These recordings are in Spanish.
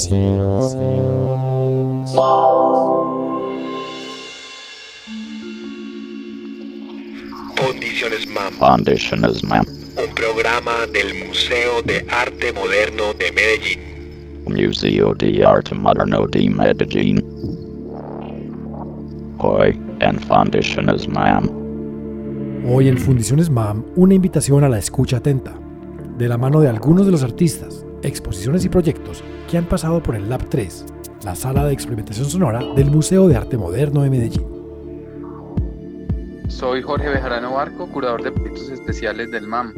Condiciones MAM. Un programa del Museo de Arte Moderno de Medellín. Museo de Arte Moderno de Medellín. Hoy en Fundiciones MAM. Hoy en Fundiciones MAM, una invitación a la escucha atenta, de la mano de algunos de los artistas, exposiciones y proyectos que han pasado por el Lab 3, la sala de experimentación sonora del Museo de Arte Moderno de Medellín. Soy Jorge Bejarano Barco, curador de proyectos especiales del MAM.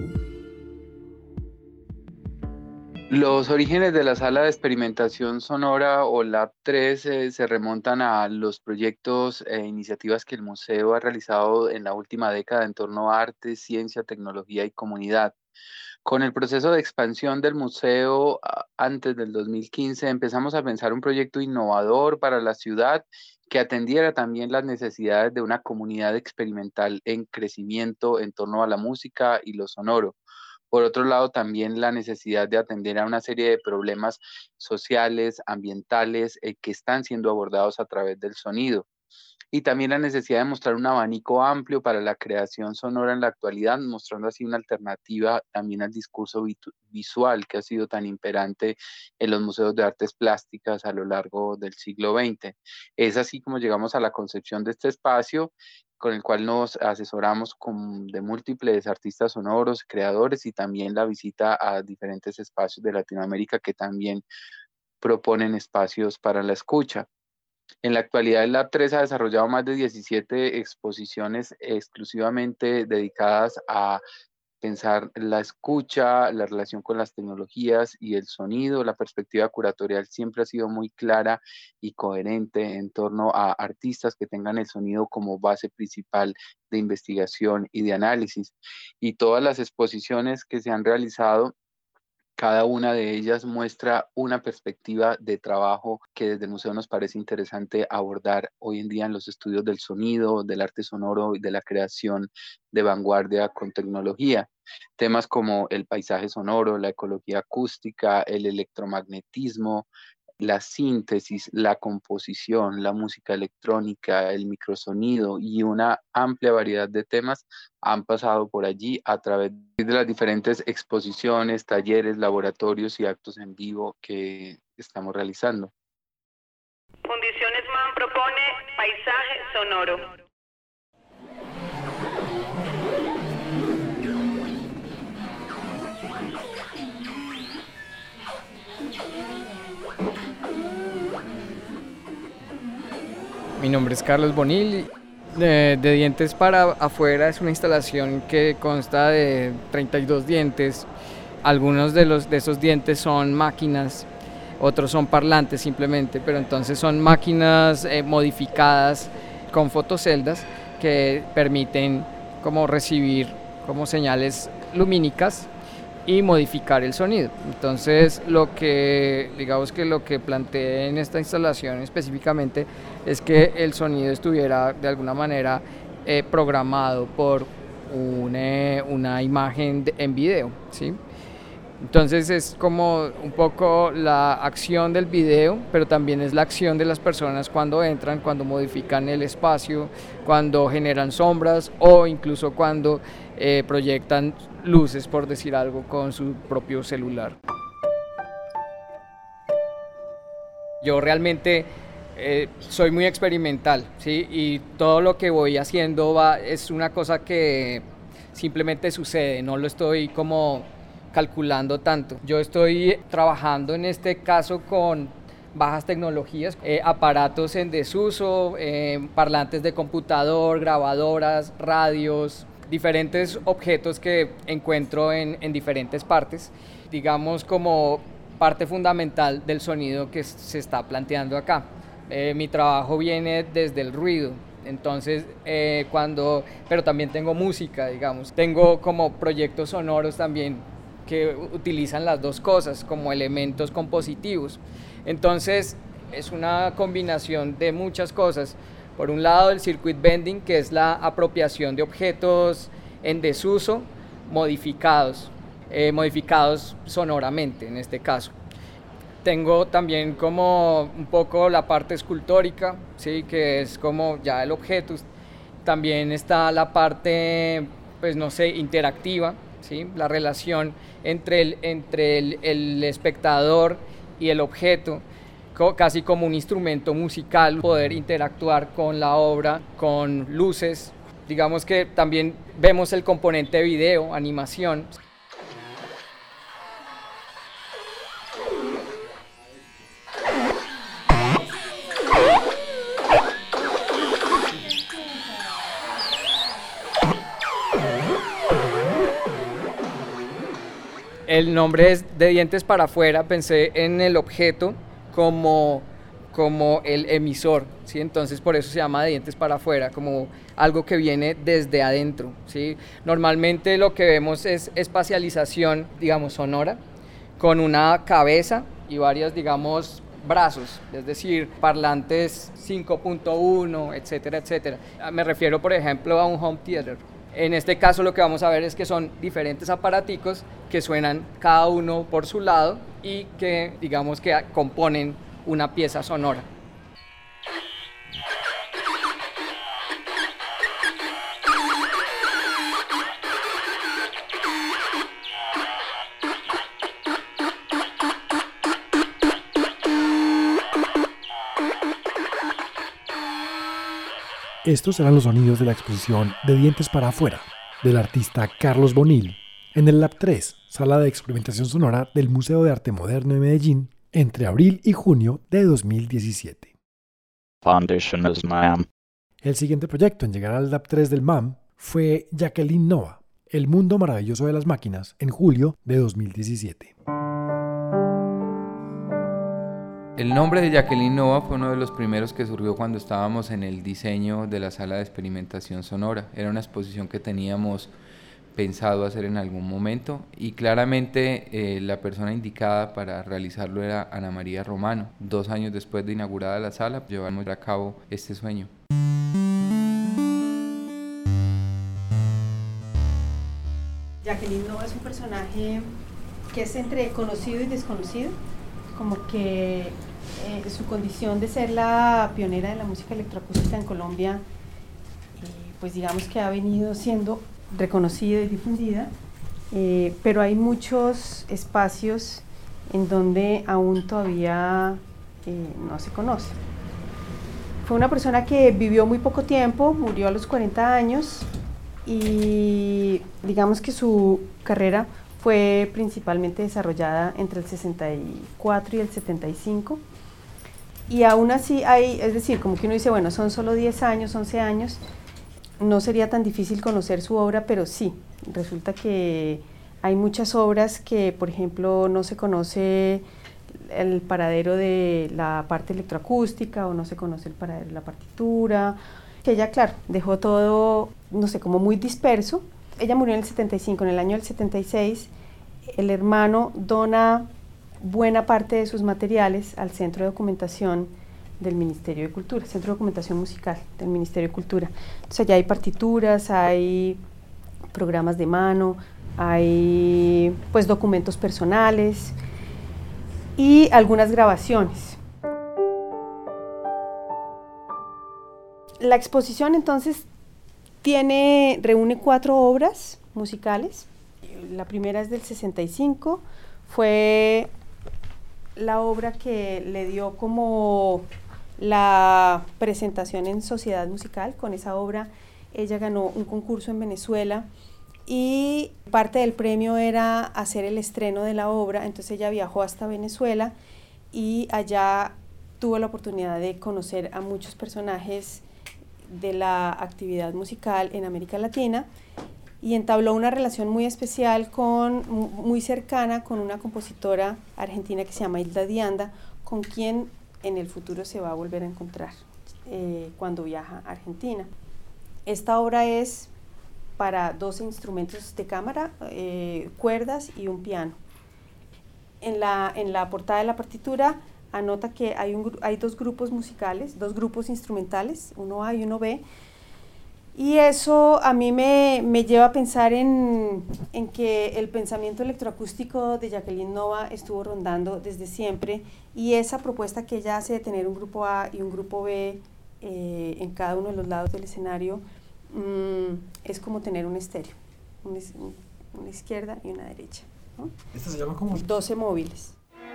Los orígenes de la sala de experimentación sonora o Lab 3 se remontan a los proyectos e iniciativas que el museo ha realizado en la última década en torno a arte, ciencia, tecnología y comunidad. Con el proceso de expansión del museo antes del 2015 empezamos a pensar un proyecto innovador para la ciudad que atendiera también las necesidades de una comunidad experimental en crecimiento en torno a la música y lo sonoro. Por otro lado, también la necesidad de atender a una serie de problemas sociales, ambientales, que están siendo abordados a través del sonido. Y también la necesidad de mostrar un abanico amplio para la creación sonora en la actualidad, mostrando así una alternativa también al discurso visual que ha sido tan imperante en los museos de artes plásticas a lo largo del siglo XX. Es así como llegamos a la concepción de este espacio, con el cual nos asesoramos de múltiples artistas sonoros, creadores y también la visita a diferentes espacios de Latinoamérica que también proponen espacios para la escucha. En la actualidad, el Lab 3 ha desarrollado más de 17 exposiciones exclusivamente dedicadas a pensar la escucha, la relación con las tecnologías y el sonido. La perspectiva curatorial siempre ha sido muy clara y coherente en torno a artistas que tengan el sonido como base principal de investigación y de análisis. Y todas las exposiciones que se han realizado, cada una de ellas muestra una perspectiva de trabajo que desde el museo nos parece interesante abordar hoy en día en los estudios del sonido, del arte sonoro y de la creación de vanguardia con tecnología. Temas como el paisaje sonoro, la ecología acústica, el electromagnetismo, la síntesis, la composición, la música electrónica, el microsonido y una amplia variedad de temas han pasado por allí a través de las diferentes exposiciones, talleres, laboratorios y actos en vivo que estamos realizando. Fundiciones MAM propone paisaje sonoro. Mi nombre es Carlos Bonil. De Dientes para Afuera es una instalación que consta de 32 dientes. Algunos de esos dientes son máquinas, otros son parlantes simplemente, pero entonces son máquinas modificadas con fotoceldas que permiten como recibir como señales lumínicas y modificar el sonido. Entonces lo que planteé en esta instalación específicamente es que el sonido estuviera de alguna manera programado por una imagen en video, ¿sí? Entonces es como un poco la acción del video, pero también es la acción de las personas cuando entran, cuando modifican el espacio, cuando generan sombras o incluso cuando proyectan luces, por decir algo, con su propio celular. Yo realmente soy muy experimental, ¿sí? Y todo lo que voy haciendo es una cosa que simplemente sucede, no lo estoy como calculando tanto. Yo estoy trabajando en este caso con bajas tecnologías, aparatos en desuso, parlantes de computador, grabadoras, radios, diferentes objetos que encuentro en diferentes partes, digamos como parte fundamental del sonido que se está planteando acá. Mi trabajo viene desde el ruido, entonces pero también tengo música, digamos, tengo como proyectos sonoros también que utilizan las dos cosas como elementos compositivos. Entonces es una combinación de muchas cosas. Por un lado, el circuit bending, que es la apropiación de objetos en desuso, modificados sonoramente en este caso. Tengo también como un poco la parte escultórica, ¿sí? Que es como ya el objeto. También está la parte, pues no sé, interactiva, ¿sí? La relación entre el espectador y el objeto, casi como un instrumento musical, poder interactuar con la obra, con luces. Digamos que también vemos el componente video, animación. El nombre es De dientes para afuera. Pensé en el objeto como el emisor, ¿sí? Entonces por eso se llama De dientes para afuera, como algo que viene desde adentro, ¿sí? Normalmente lo que vemos es espacialización, digamos, sonora, con una cabeza y varias, digamos, brazos, es decir, parlantes 5.1, etcétera, etcétera. Me refiero, por ejemplo, a un home theater. En este caso lo que vamos a ver es que son diferentes aparaticos que suenan cada uno por su lado y que, digamos, que componen una pieza sonora. Estos eran los sonidos de la exposición De dientes para afuera, del artista Carlos Bonil, en el Lab 3, sala de experimentación sonora del Museo de Arte Moderno de Medellín, entre abril y junio de 2017. Foundation is MAM. El siguiente proyecto en llegar al Lab 3 del MAM fue Jacqueline Nova, El mundo maravilloso de las máquinas, en julio de 2017. El nombre de Jacqueline Nova fue uno de los primeros que surgió cuando estábamos en el diseño de la sala de experimentación sonora. Era una exposición que teníamos pensado hacer en algún momento y claramente la persona indicada para realizarlo era Ana María Romano. 2 años después de inaugurada la sala, llevamos a cabo este sueño. Jacqueline Nova es un personaje que es entre conocido y desconocido, como que su condición de ser la pionera de la música electroacústica en Colombia, pues digamos que ha venido siendo reconocida y difundida, pero hay muchos espacios en donde aún todavía no se conoce. Fue una persona que vivió muy poco tiempo, murió a los 40 años y digamos que su carrera fue principalmente desarrollada entre el 64 y el 75 y aún así hay, es decir, como que uno dice, bueno, son solo 10 años, 11 años, no sería tan difícil conocer su obra, pero sí, resulta que hay muchas obras que, por ejemplo, no se conoce el paradero de la parte electroacústica o no se conoce el paradero de la partitura, que ella, claro, dejó todo, no sé, como muy disperso. Ella murió en el 75, en el año del 76, el hermano dona buena parte de sus materiales al Centro de Documentación del Ministerio de Cultura, Centro de Documentación Musical del Ministerio de Cultura. Entonces allá hay partituras, hay programas de mano, hay pues documentos personales y algunas grabaciones. La exposición entonces reúne 4 obras musicales. La primera es del 65, fue la obra que le dio como la presentación en Sociedad Musical. Con esa obra ella ganó un concurso en Venezuela y parte del premio era hacer el estreno de la obra, entonces ella viajó hasta Venezuela y allá tuvo la oportunidad de conocer a muchos personajes de la actividad musical en América Latina y entabló una relación muy especial, muy cercana con una compositora argentina que se llama Hilda Dianda, con quien en el futuro se va a volver a encontrar cuando viaja a Argentina. Esta obra es para 12 instrumentos de cámara, cuerdas y un piano. En la portada de la partitura anota que hay 2 grupos musicales, 2 grupos instrumentales, uno A y uno B, Y eso a mí me lleva a pensar en que el pensamiento electroacústico de Jacqueline Nova estuvo rondando desde siempre, y esa propuesta que ella hace de tener un grupo A y un grupo B en cada uno de los lados del escenario es como tener un estéreo, una izquierda y una derecha, ¿no? ¿Esta se llama cómo? 12 móviles.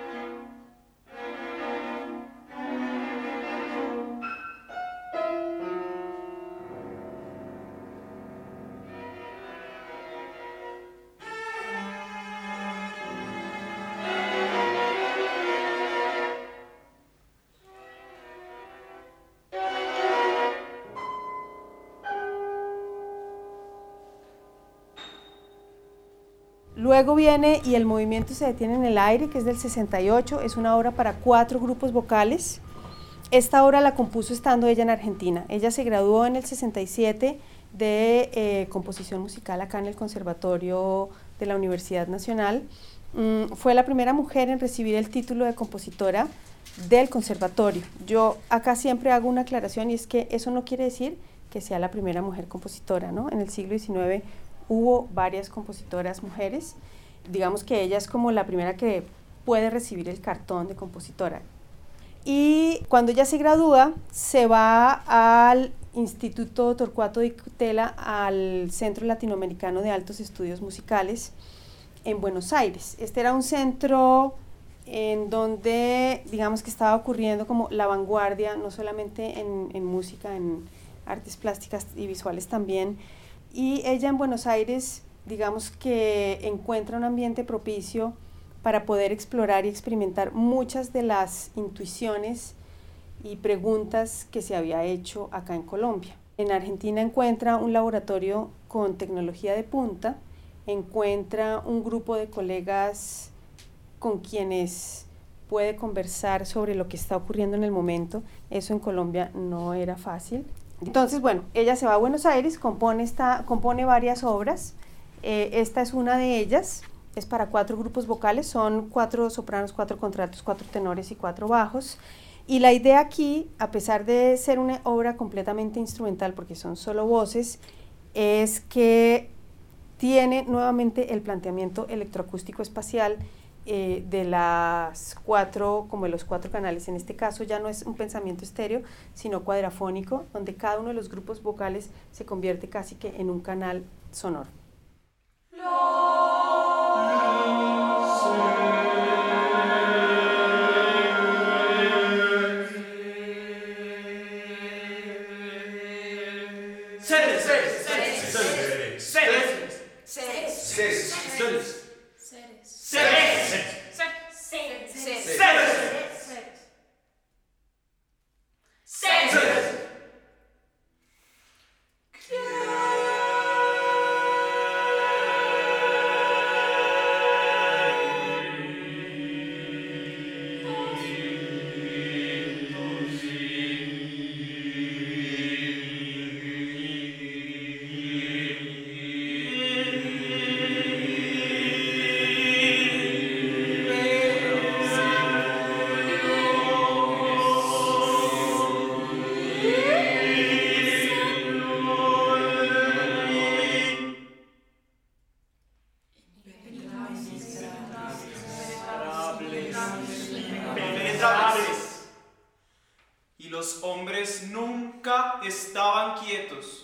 Luego viene Y el movimiento se detiene en el aire, que es del 68, es una obra para 4 grupos vocales. Esta obra la compuso estando ella en Argentina. Ella se graduó en el 67 de composición musical acá en el Conservatorio de la Universidad Nacional. Fue la primera mujer en recibir el título de compositora del conservatorio. Yo acá siempre hago una aclaración, y es que eso no quiere decir que sea la primera mujer compositora, ¿no? En el siglo XIX hubo varias compositoras mujeres. Digamos que ella es como la primera que puede recibir el cartón de compositora. Y cuando ella se gradúa, se va al Instituto Torcuato Di Tutela, al Centro Latinoamericano de Altos Estudios Musicales en Buenos Aires. Este era un centro en donde, digamos, que estaba ocurriendo como la vanguardia, no solamente en música, en artes plásticas y visuales también. Y ella en Buenos Aires, digamos que encuentra un ambiente propicio para poder explorar y experimentar muchas de las intuiciones y preguntas que se había hecho acá en Colombia. En Argentina encuentra un laboratorio con tecnología de punta, encuentra un grupo de colegas con quienes puede conversar sobre lo que está ocurriendo en el momento. Eso en Colombia no era fácil. Entonces, bueno, ella se va a Buenos Aires, compone varias obras. Esta es una de ellas, es para 4 grupos vocales, son 4 sopranos, 4 contraltos, 4 tenores y 4 bajos. Y la idea aquí, a pesar de ser una obra completamente instrumental, porque son solo voces, es que tiene nuevamente el planteamiento electroacústico espacial de las 4, como de los 4 canales. En este caso ya no es un pensamiento estéreo, sino cuadrafónico, donde cada uno de los grupos vocales se convierte casi que en un canal sonoro. Y los hombres nunca estaban quietos.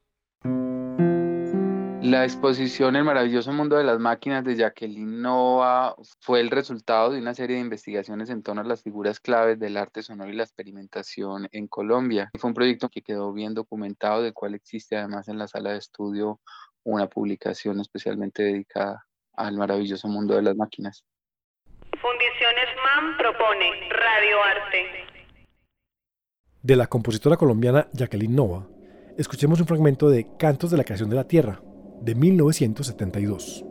La exposición El maravilloso mundo de las máquinas de Jacqueline Nova fue el resultado de una serie de investigaciones en torno a las figuras claves del arte sonoro y la experimentación en Colombia. Fue un proyecto que quedó bien documentado, del cual existe además en la sala de estudio una publicación especialmente dedicada al maravilloso mundo de las máquinas. Fundiciones MAM propone Radio Arte. De la compositora colombiana Jacqueline Nova, escuchemos un fragmento de Cantos de la creación de la Tierra, de 1972.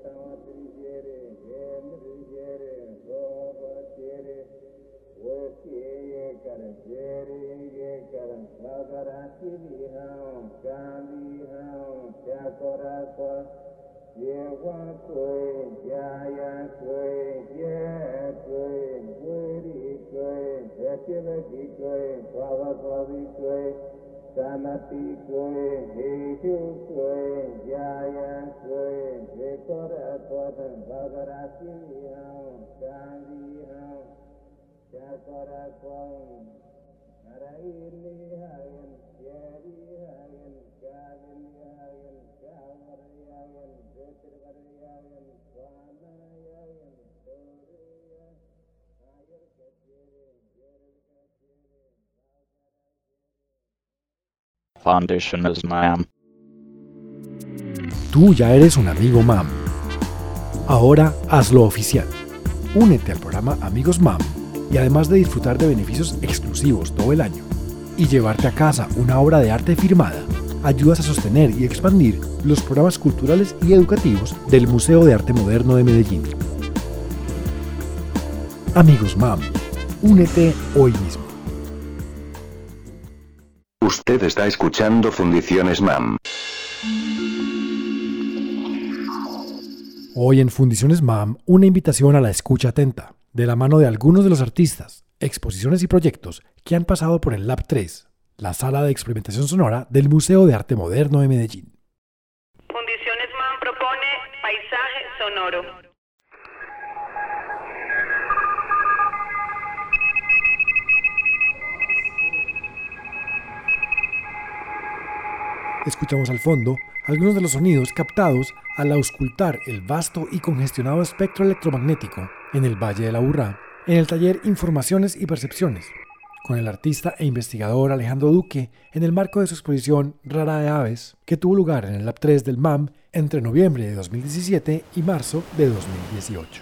Foundation is MAM. Tú ya eres un amigo MAM. Ahora hazlo oficial. Únete al programa Amigos MAM y además de disfrutar de beneficios exclusivos todo el año y llevarte a casa una obra de arte firmada, ayudas a sostener y expandir los programas culturales y educativos del Museo de Arte Moderno de Medellín. Amigos MAM, únete hoy mismo. Usted está escuchando Fundiciones MAM. Hoy en Fundiciones MAM, una invitación a la escucha atenta, de la mano de algunos de los artistas, exposiciones y proyectos que han pasado por el Lab 3, la sala de experimentación sonora del Museo de Arte Moderno de Medellín. Fundiciones MAM propone paisaje sonoro. Escuchamos al fondo algunos de los sonidos captados al auscultar el vasto y congestionado espectro electromagnético en el Valle del Aburrá, en el taller Informaciones y Percepciones, con el artista e investigador Alejandro Duque en el marco de su exposición Rara de Aves, que tuvo lugar en el Lab 3 del MAM entre noviembre de 2017 y marzo de 2018.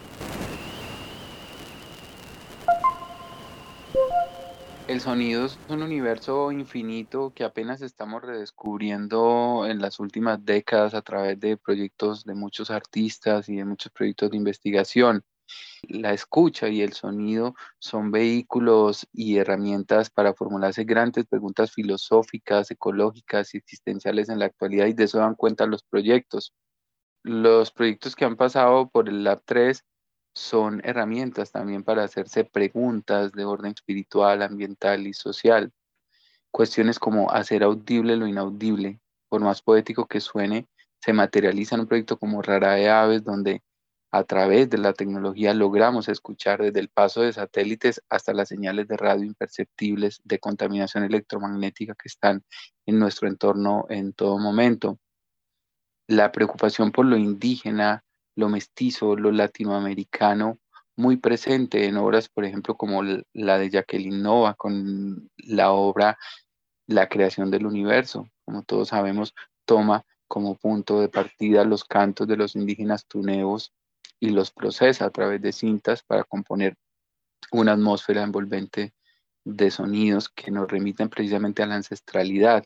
El sonido es un universo infinito que apenas estamos redescubriendo en las últimas décadas a través de proyectos de muchos artistas y de muchos proyectos de investigación. La escucha y el sonido son vehículos y herramientas para formularse grandes preguntas filosóficas, ecológicas y existenciales en la actualidad, y de eso dan cuenta los proyectos. Los proyectos que han pasado por el Lab 3 son herramientas también para hacerse preguntas de orden espiritual, ambiental y social. Cuestiones como hacer audible lo inaudible, por más poético que suene, se materializa en un proyecto como Rara de Aves, donde a través de la tecnología logramos escuchar desde el paso de satélites hasta las señales de radio imperceptibles de contaminación electromagnética que están en nuestro entorno en todo momento. La preocupación por lo indígena, lo mestizo, lo latinoamericano, muy presente en obras, por ejemplo, como la de Jacqueline Nova, con la obra La creación del universo. Como todos sabemos, toma como punto de partida los cantos de los indígenas tuneos y los procesa a través de cintas para componer una atmósfera envolvente de sonidos que nos remiten precisamente a la ancestralidad.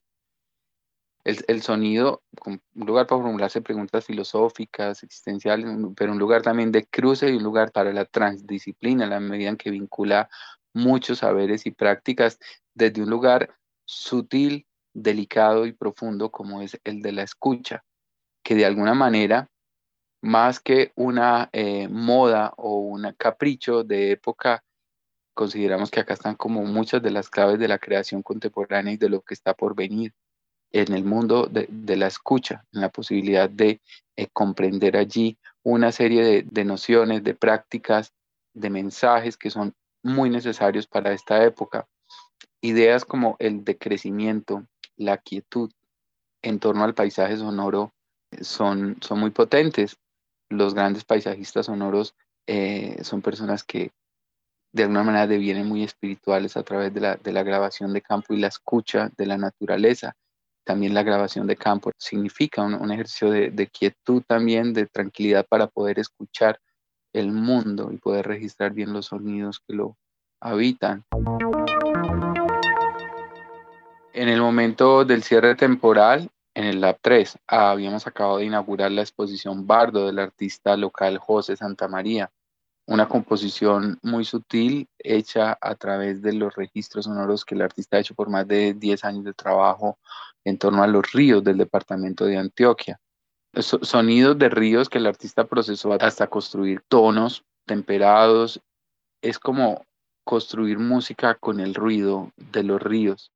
El sonido, como un lugar para formularse preguntas filosóficas, existenciales, pero un lugar también de cruce y un lugar para la transdisciplina, en la medida en que vincula muchos saberes y prácticas desde un lugar sutil, delicado y profundo como es el de la escucha, que de alguna manera, más que una moda o un capricho de época, consideramos que acá están como muchas de las claves de la creación contemporánea y de lo que está por venir en el mundo de la escucha, en la posibilidad de comprender allí una serie de nociones, de prácticas, de mensajes que son muy necesarios para esta época. Ideas como el decrecimiento, la quietud en torno al paisaje sonoro son muy potentes. Los grandes paisajistas sonoros son personas que de alguna manera devienen muy espirituales a través de la grabación de campo y la escucha de la naturaleza. También la grabación de campo significa un ejercicio de quietud también, de tranquilidad para poder escuchar el mundo y poder registrar bien los sonidos que lo habitan. En el momento del cierre temporal, En el Lab 3 habíamos acabado de inaugurar la exposición Bardo del artista local José Santamaría, una composición muy sutil hecha a través de los registros sonoros que el artista ha hecho por más de 10 años de trabajo en torno a los ríos del departamento de Antioquia. Sonidos de ríos que el artista procesó hasta construir tonos temperados. Es como construir música con el ruido de los ríos.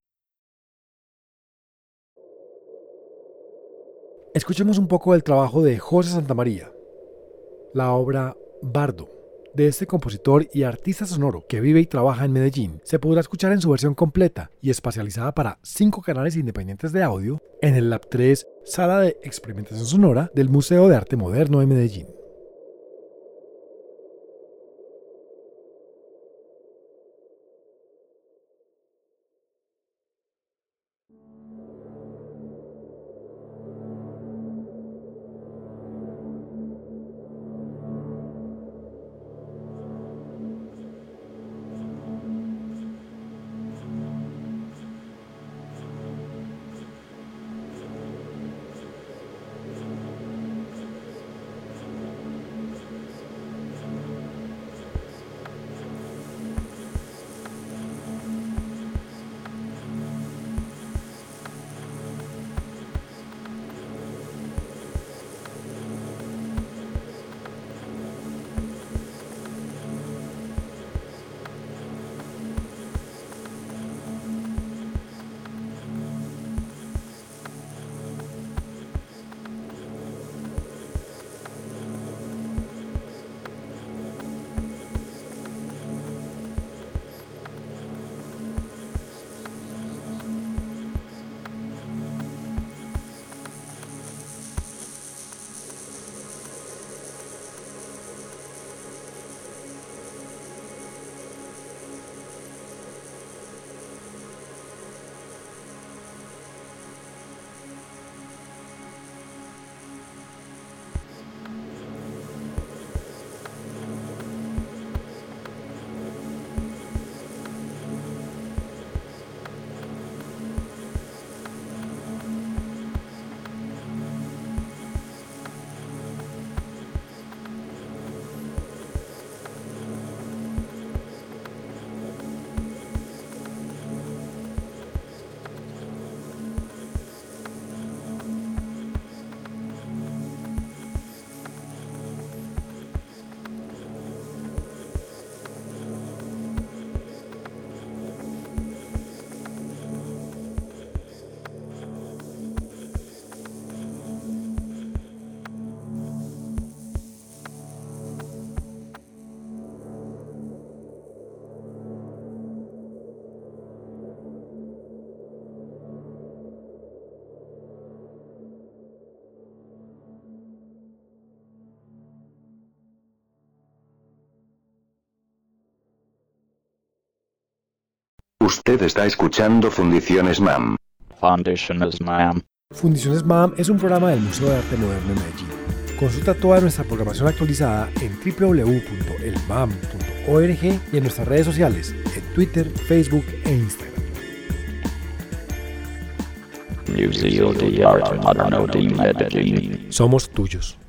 Escuchemos un poco del trabajo de José Santamaría, la obra Bardo, de este compositor y artista sonoro que vive y trabaja en Medellín. Se podrá escuchar en su versión completa y espacializada para 5 canales independientes de audio en el Lab 3, Sala de Experimentación Sonora del Museo de Arte Moderno de Medellín. Usted está escuchando Fundiciones MAM. Fundiciones MAM. Fundiciones MAM es un programa del Museo de Arte Moderno de Medellín. Consulta toda nuestra programación actualizada en www.elmam.org y en nuestras redes sociales, en Twitter, Facebook e Instagram. Museo de Arte Moderno de Medellín. Somos tuyos.